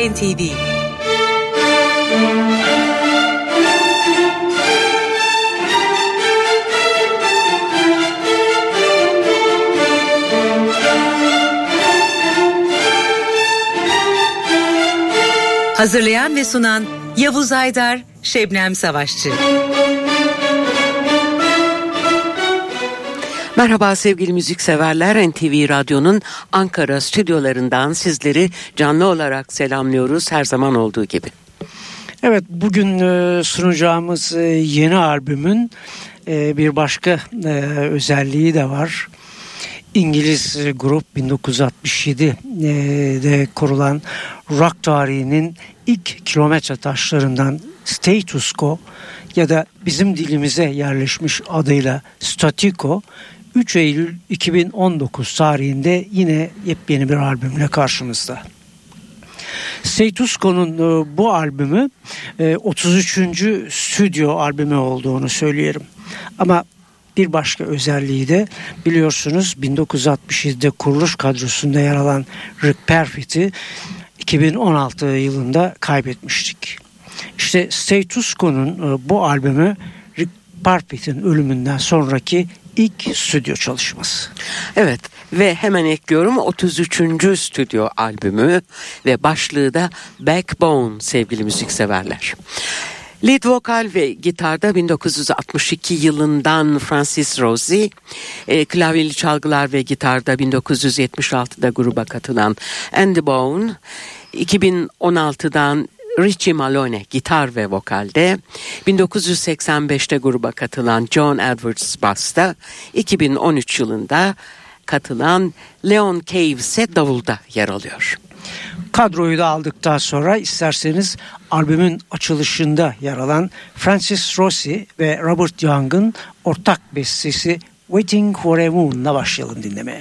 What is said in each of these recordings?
NTV. Hazırlayan ve sunan Yavuz Aydar, Şebnem Savaşçı. Merhaba sevgili müzikseverler, NTV Radyo'nun Ankara stüdyolarından sizleri canlı olarak selamlıyoruz her zaman olduğu gibi. Evet, bugün sunacağımız yeni albümün bir başka özelliği de var. İngiliz grup 1967'de kurulan rock tarihinin ilk kilometre taşlarından Status Quo ya da bizim dilimize yerleşmiş adıyla Statiko 3 Eylül 2019 tarihinde yine yepyeni bir albümle karşımızda. Status Quo'nun bu albümü 33. stüdyo albümü olduğunu söyleyelim. Ama bir başka özelliği de biliyorsunuz 1967'de kuruluş kadrosunda yer alan Rick Parfitt'i 2016 yılında kaybetmiştik. İşte Status Quo'nun bu albümü Rick Parfitt'in ölümünden sonraki ilk stüdyo çalışması. Evet ve hemen ekliyorum 33. stüdyo albümü ve başlığı da Backbone sevgili müzikseverler. Lead vokal ve gitarda 1962 yılından Francis Rosie, klavyeli çalgılar ve gitarda 1976'da gruba katılan Andy Bone, 2016'dan Richie Malone gitar ve vokalde, 1985'te gruba katılan John Edwards basta, 2013 yılında katılan Leon Cave ise davulda yer alıyor. Kadroyu da aldıktan sonra isterseniz albümün açılışında yer alan Francis Rosie ve Robert Young'ın ortak bestesi Waiting for a Moon'la başlayalım dinlemeye.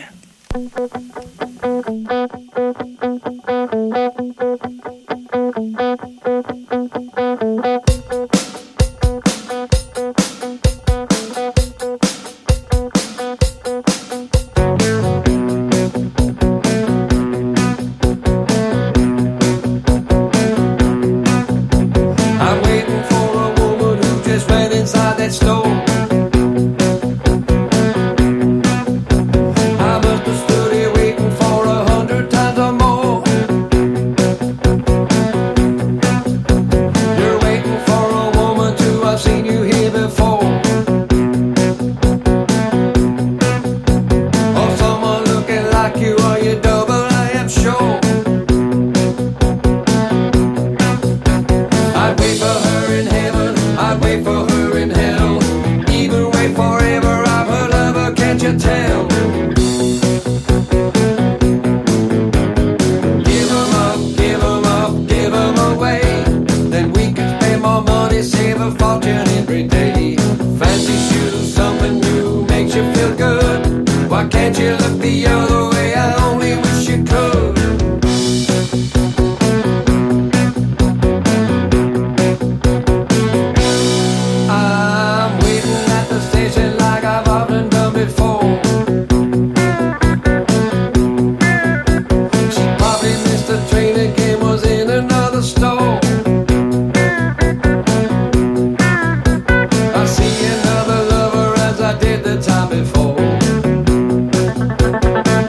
Time before.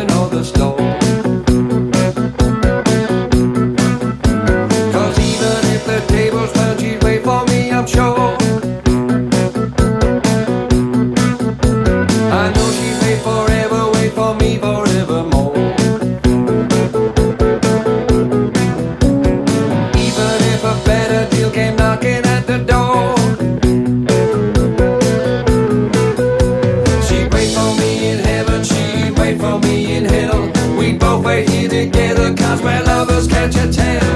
kitchen or the store. 'Cause even if the tables turn, she'd wait for me, I'm sure. I know she'd wait forever, wait for me forevermore. Even if a better deal came knocking at the door, she'd wait for me in heaven, she'd wait for me in hell. We'd both wait here together, 'cause we're lovers, can't you tell?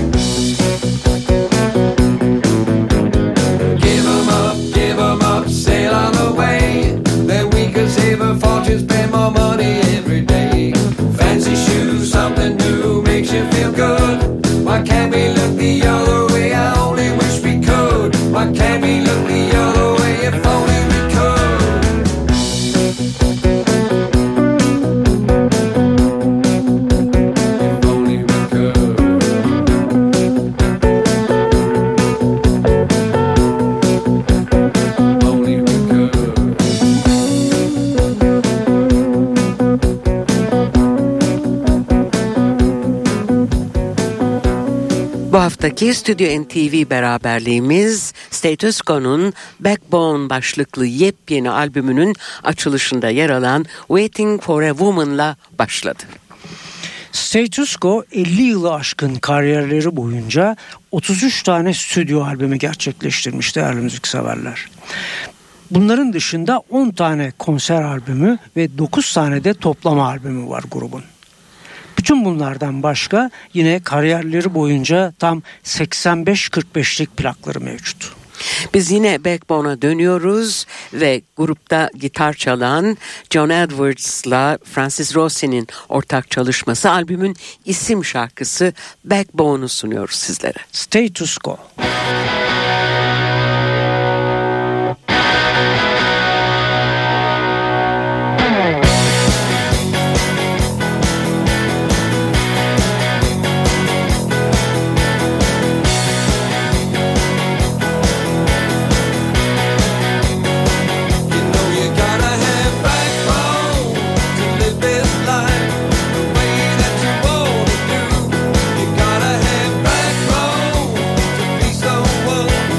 Give 'em up, sail on away. Then we could save a fortune, spend more money every day. Fancy shoes, something new, makes you feel good. Why can't we look the other way? I only wish we could. Why can't we look the other way? If only we could. If only we could. Only we could. Bu haftaki Stüdyo NTV beraberliğimiz Status Quo'nun Backbone başlıklı yepyeni albümünün açılışında yer alan Waiting for a Woman'la başladı. Status Quo 50 yılı aşkın kariyerleri boyunca 33 tane stüdyo albümü gerçekleştirmiş değerli müzikseverler. Bunların dışında 10 tane konser albümü ve 9 tane de toplama albümü var grubun. Bütün bunlardan başka yine kariyerleri boyunca tam 85-45'lik plakları mevcut. Biz yine Backbone'a dönüyoruz ve grupta gitar çalan John Edwards'la Francis Rossi'nin ortak çalışması albümün isim şarkısı Backbone'u sunuyoruz sizlere. Status Quo. You know you gotta have backbone to live this life the way that you wanna do. You gotta have backbone to be someone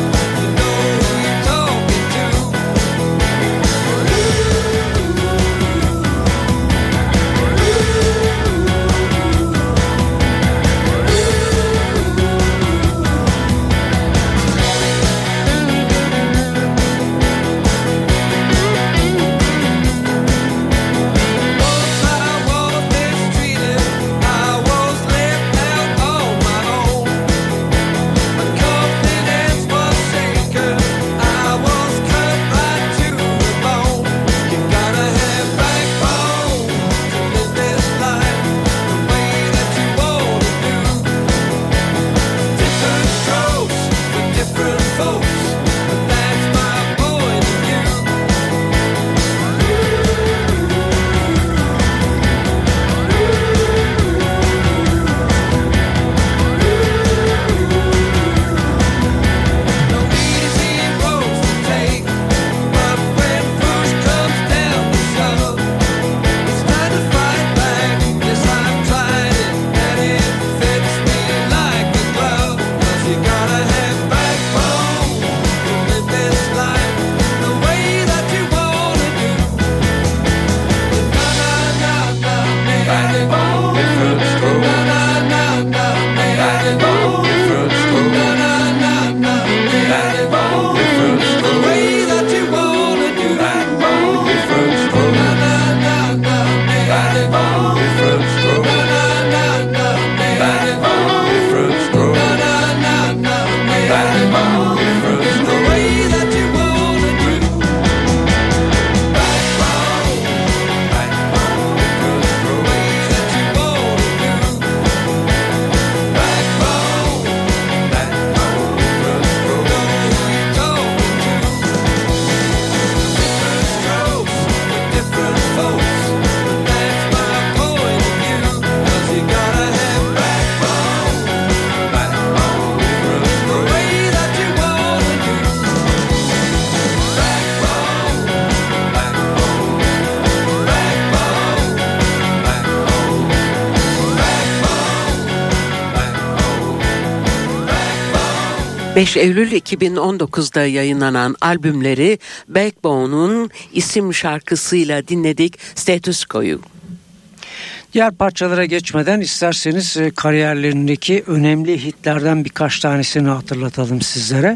5 Eylül 2019'da yayınlanan albümleri Backbone'un isim şarkısıyla dinledik Status Quo'yu. Diğer parçalara geçmeden isterseniz kariyerlerindeki önemli hitlerden birkaç tanesini hatırlatalım sizlere.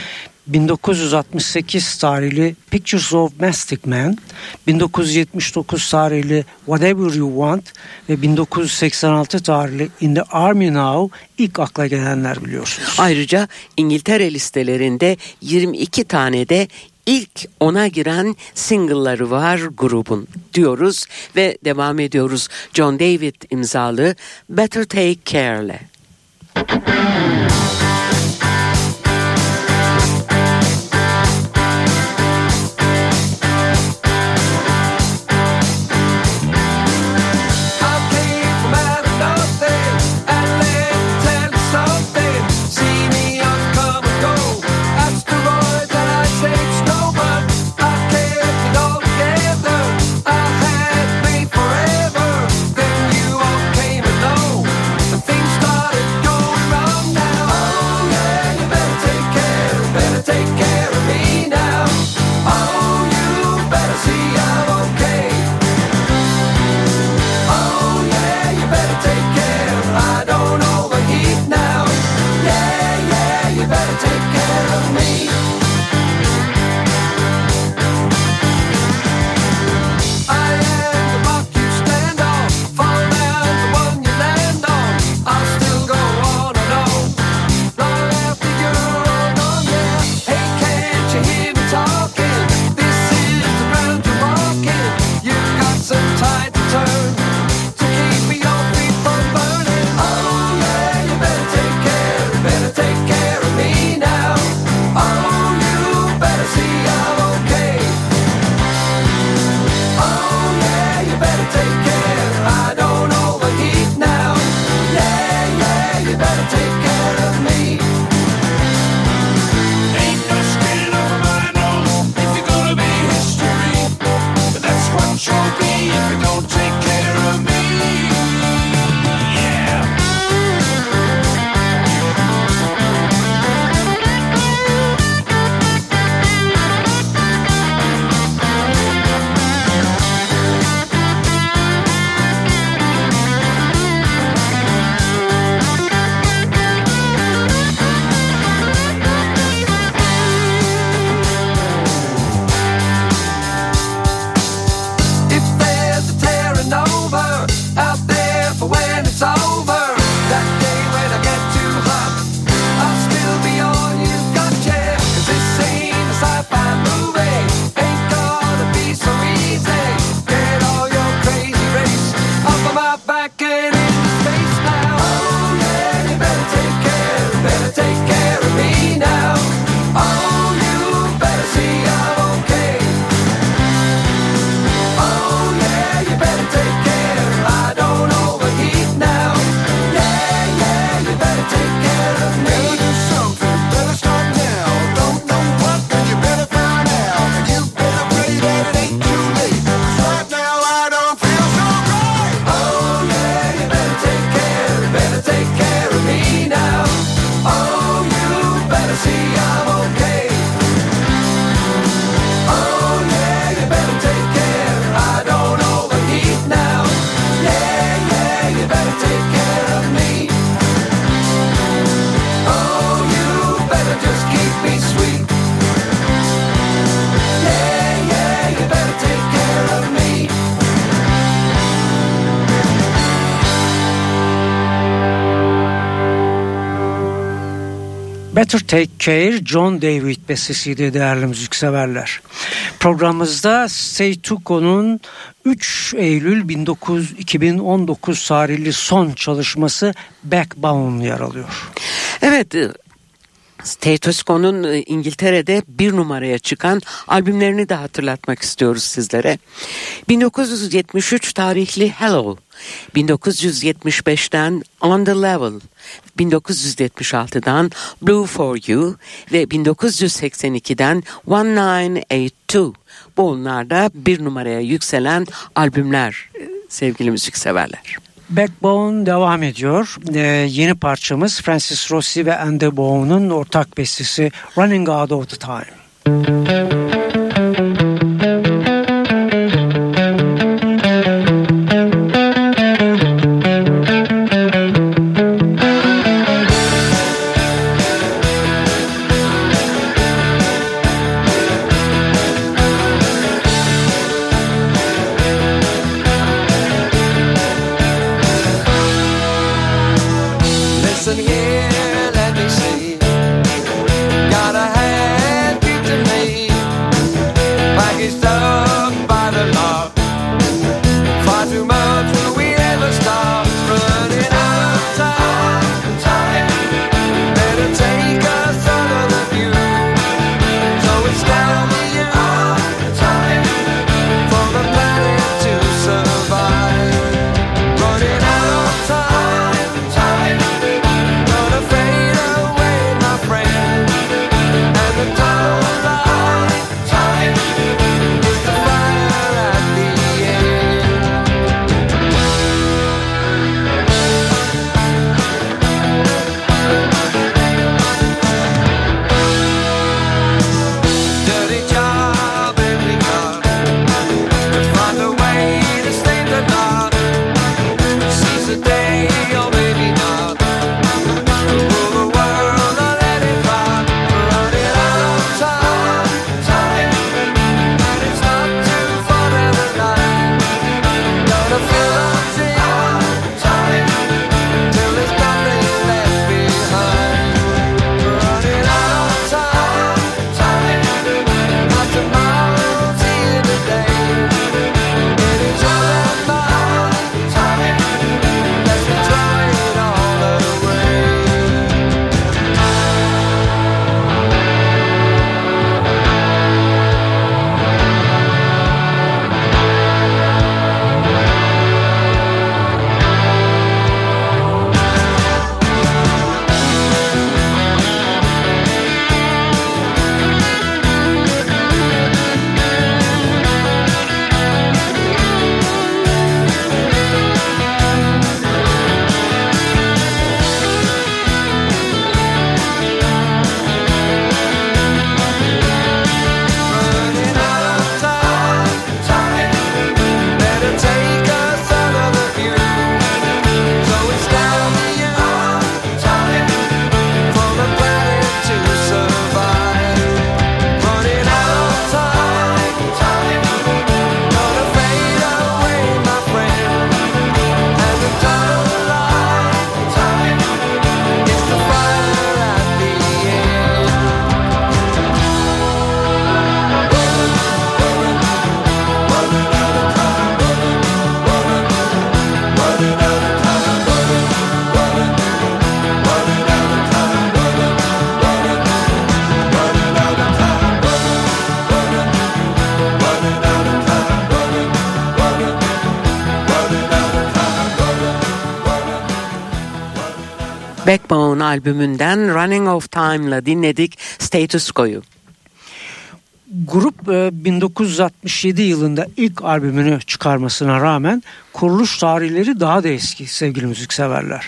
1968 tarihli Pictures of Mastic Man, 1979 tarihli Whatever You Want ve 1986 tarihli In the Army Now ilk akla gelenler biliyorsunuz. Ayrıca İngiltere listelerinde 22 tane de ilk 10'a giren single'ları var grubun diyoruz ve devam ediyoruz John David imzalı Better Take Care'le. Better Take Care, John David bestesiydi değerli müzikseverler. Programımızda Seytuko'nun 3 Eylül 2019 tarihli son çalışması Backbone yer alıyor. Evet, Status Quo'nun İngiltere'de bir numaraya çıkan albümlerini de hatırlatmak istiyoruz sizlere. 1973 tarihli Hello, 1975'ten On The Level, 1976'dan Blue For You ve 1982'den 1982. Bunlar da bir numaraya yükselen albümler sevgili müzikseverler. Backbone devam ediyor. Yeni parçamız Francis Rossi ve Andy Bowen'un ortak bestesi Running Out of the Time. Backbone albümünden Running of Time'la dinledik Status Quo'yu. Grup 1967 yılında ilk albümünü çıkarmasına rağmen kuruluş tarihleri daha da eski sevgili müzikseverler.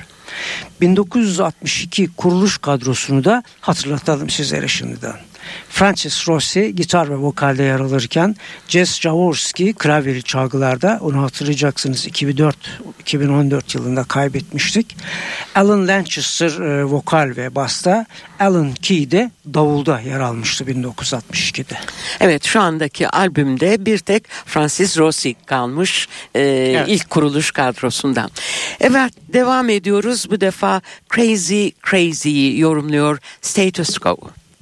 1962 kuruluş kadrosunu da hatırlatalım sizlere şimdiden. Francis Rossi gitar ve vokalde yer alırken Jess Jaworski klavyeli çalgılarda, onu hatırlayacaksınız 2014 yılında kaybetmiştik. Alan Lanchester vokal ve basta, Alan Key de davulda yer almıştı 1962'de. Evet, şu andaki albümde bir tek Francis Rossi kalmış evet. İlk kuruluş kadrosundan. Evet, devam ediyoruz. Bu defa Crazy Crazy'yi yorumluyor Status Quo.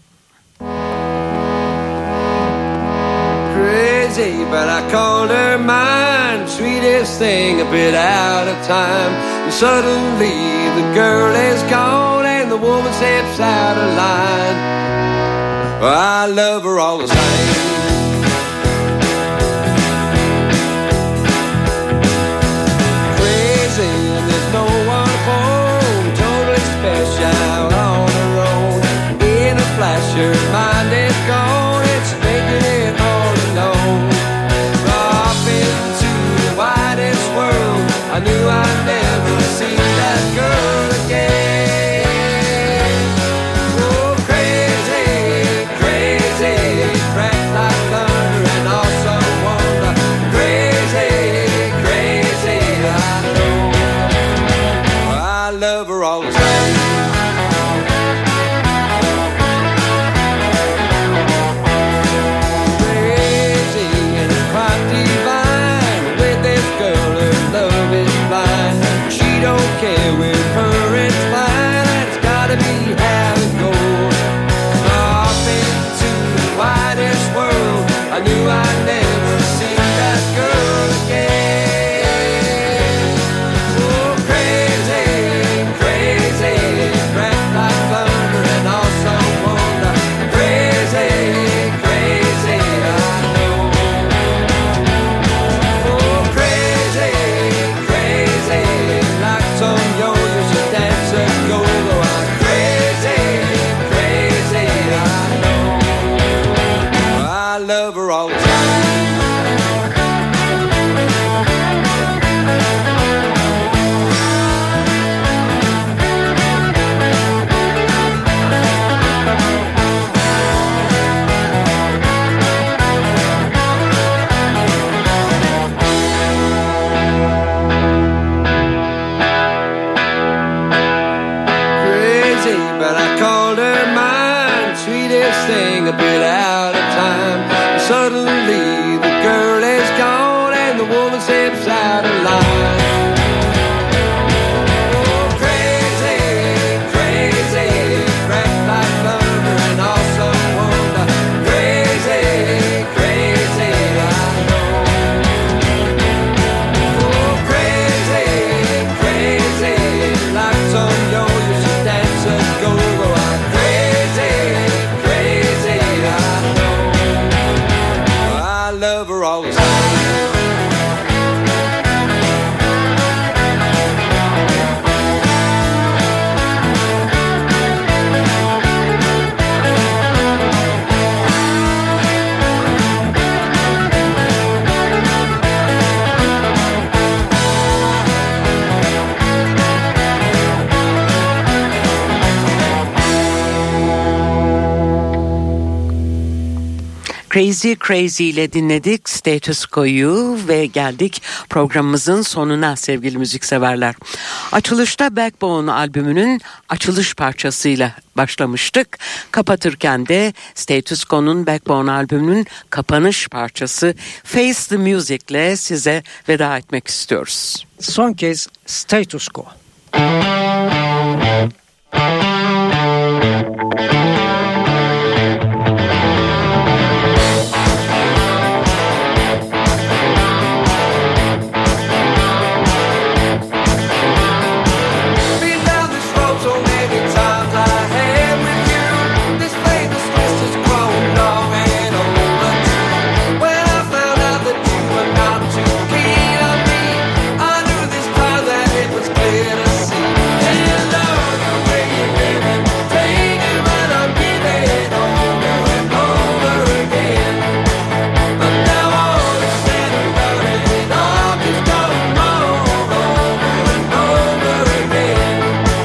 Crazy, but I called her mine. Sweetest thing, a bit out of time. And suddenly the girl is gone and the woman steps out of line. I love her all the same. Crazy, there's no one home. Totally special on her own. In a flash, her mind is gone. It's making it all alone. Off into the widest world I knew I'd never love her all the same. Crazy and quite divine, with this girl her love is blind. She don't care with her it's fine, and it's gotta be how it goes. Off into the widest world, I knew I'd never see that girl again. Oh, crazy, crazy, crack like thunder and awesome wonder. Crazy, crazy, I know. Oh, crazy, crazy, like some yo-yo, she dances go-go. I'm crazy, crazy, I know. I love her all the time. Crazy, but I called her mine. Sweetest thing, a bit out of time. Suddenly the girl is gone and the woman steps out of line. Oh, crazy, crazy, crack like thunder and awesome wonder. Crazy, crazy, I know. Oh, crazy, crazy, like some yo-yo, she dances go-go. I'm crazy, crazy, I know. I love her all the time. Crazy Crazy ile dinledik Status Quo'yu ve geldik programımızın sonuna sevgili müzikseverler. Açılışta Backbone albümünün açılış parçasıyla başlamıştık. Kapatırken de Status Quo'nun Backbone albümünün kapanış parçası Face the Music ile size veda etmek istiyoruz. Son kez Status Quo. Been down this road so many times I have with you. This famous twist has grown long and overdue. When I found out that you were not too keen on me, I knew this time that it was clear to see. And love the way you're living, take it when I'm giving over and over again. But now all is said and done and all is gone wrong over and over again.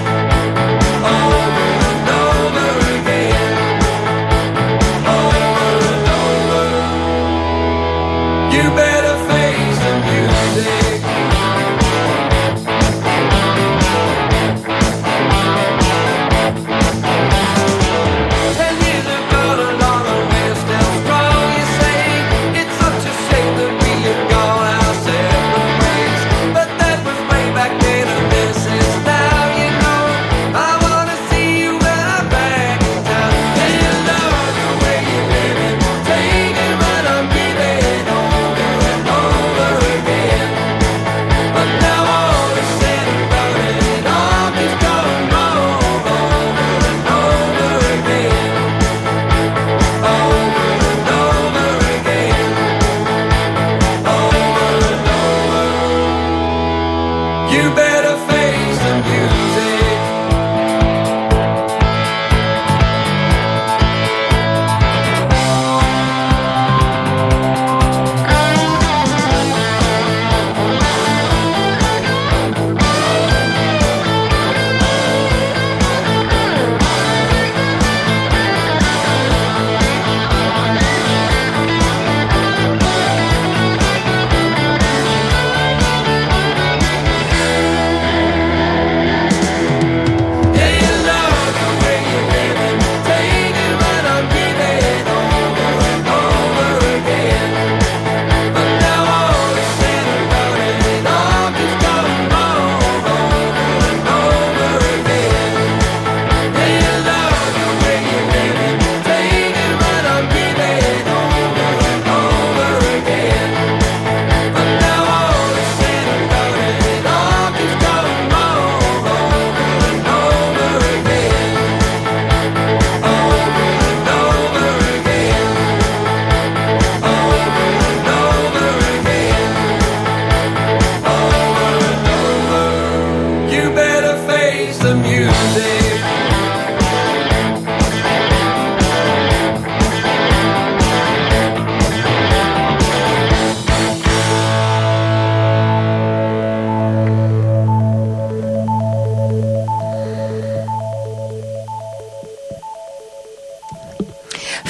Over and over again. Over and over. You better face the music. 10 years have gone along and we're still strong, you say. It's such a shame that we have gone our separate ways. But that was way back then and this is now, you know. I wanna see you when I'm back in town. And love the way you're living, take it when I'm giving over and over again. But now all is said and done and all is gone wrong over and over again. Over and over again. Over and over. You better face the music.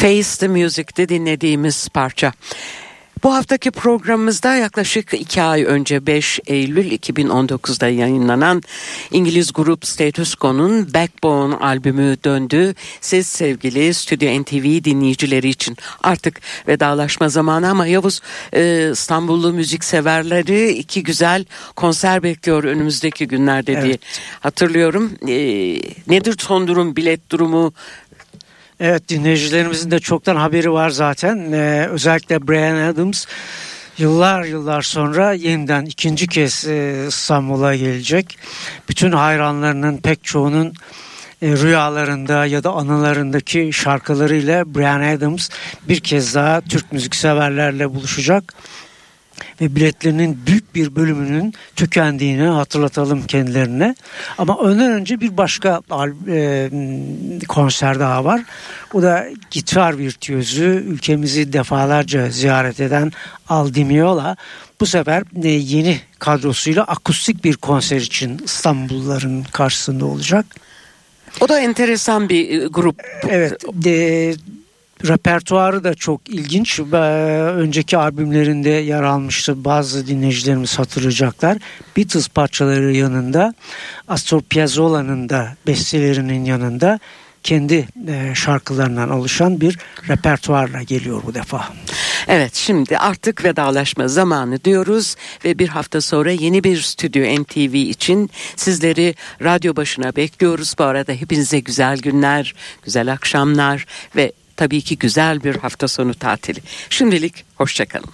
Face the Music'te dinlediğimiz parça. Bu haftaki programımızda yaklaşık 2 ay önce 5 Eylül 2019'da yayınlanan İngiliz grup Status Quo'nun Backbone albümü döndü. Siz sevgili Stüdyo NTV dinleyicileri için artık vedalaşma zamanı ama Yavuz, İstanbullu müzik severleri 2 güzel konser bekliyor önümüzdeki günlerde diye hatırlıyorum. Nedir son durum, bilet durumu? Evet, dinleyicilerimizin de çoktan haberi var zaten. Özellikle Bryan Adams yıllar sonra yeniden 2. kez İstanbul'a gelecek. Bütün hayranlarının pek çoğunun rüyalarında ya da anılarındaki şarkılarıyla Bryan Adams bir kez daha Türk müzikseverlerle buluşacak. Ve biletlerinin büyük bir bölümünün tükendiğini hatırlatalım kendilerine. Ama ondan önce bir başka konser daha var. O da gitar virtüözü, ülkemizi defalarca ziyaret eden Al Di Meola. Bu sefer yeni kadrosuyla akustik bir konser için İstanbulluların karşısında olacak. O da enteresan bir grup. Evet. Repertuarı da çok ilginç. Önceki albümlerinde yer almıştı. Bazı dinleyicilerimiz hatırlayacaklar. Beatles parçaları yanında, Astor Piazzolla'nın da bestelerinin yanında kendi şarkılarından oluşan bir repertuarla geliyor bu defa. Evet, şimdi artık vedalaşma zamanı diyoruz ve bir hafta sonra yeni bir Stüdyo NTV için sizleri radyo başına bekliyoruz. Bu arada hepinize güzel günler, güzel akşamlar ve tabii ki güzel bir hafta sonu tatili. Şimdilik hoşçakalın.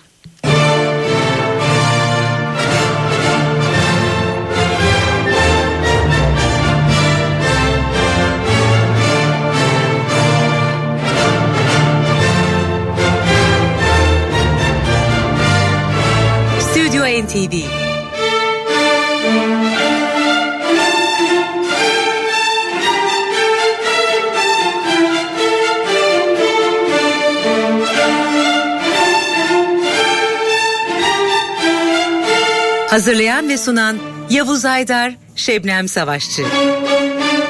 Stüdyo NTV. Hazırlayan ve sunan Yavuz Aydar, Şebnem Savaşçı.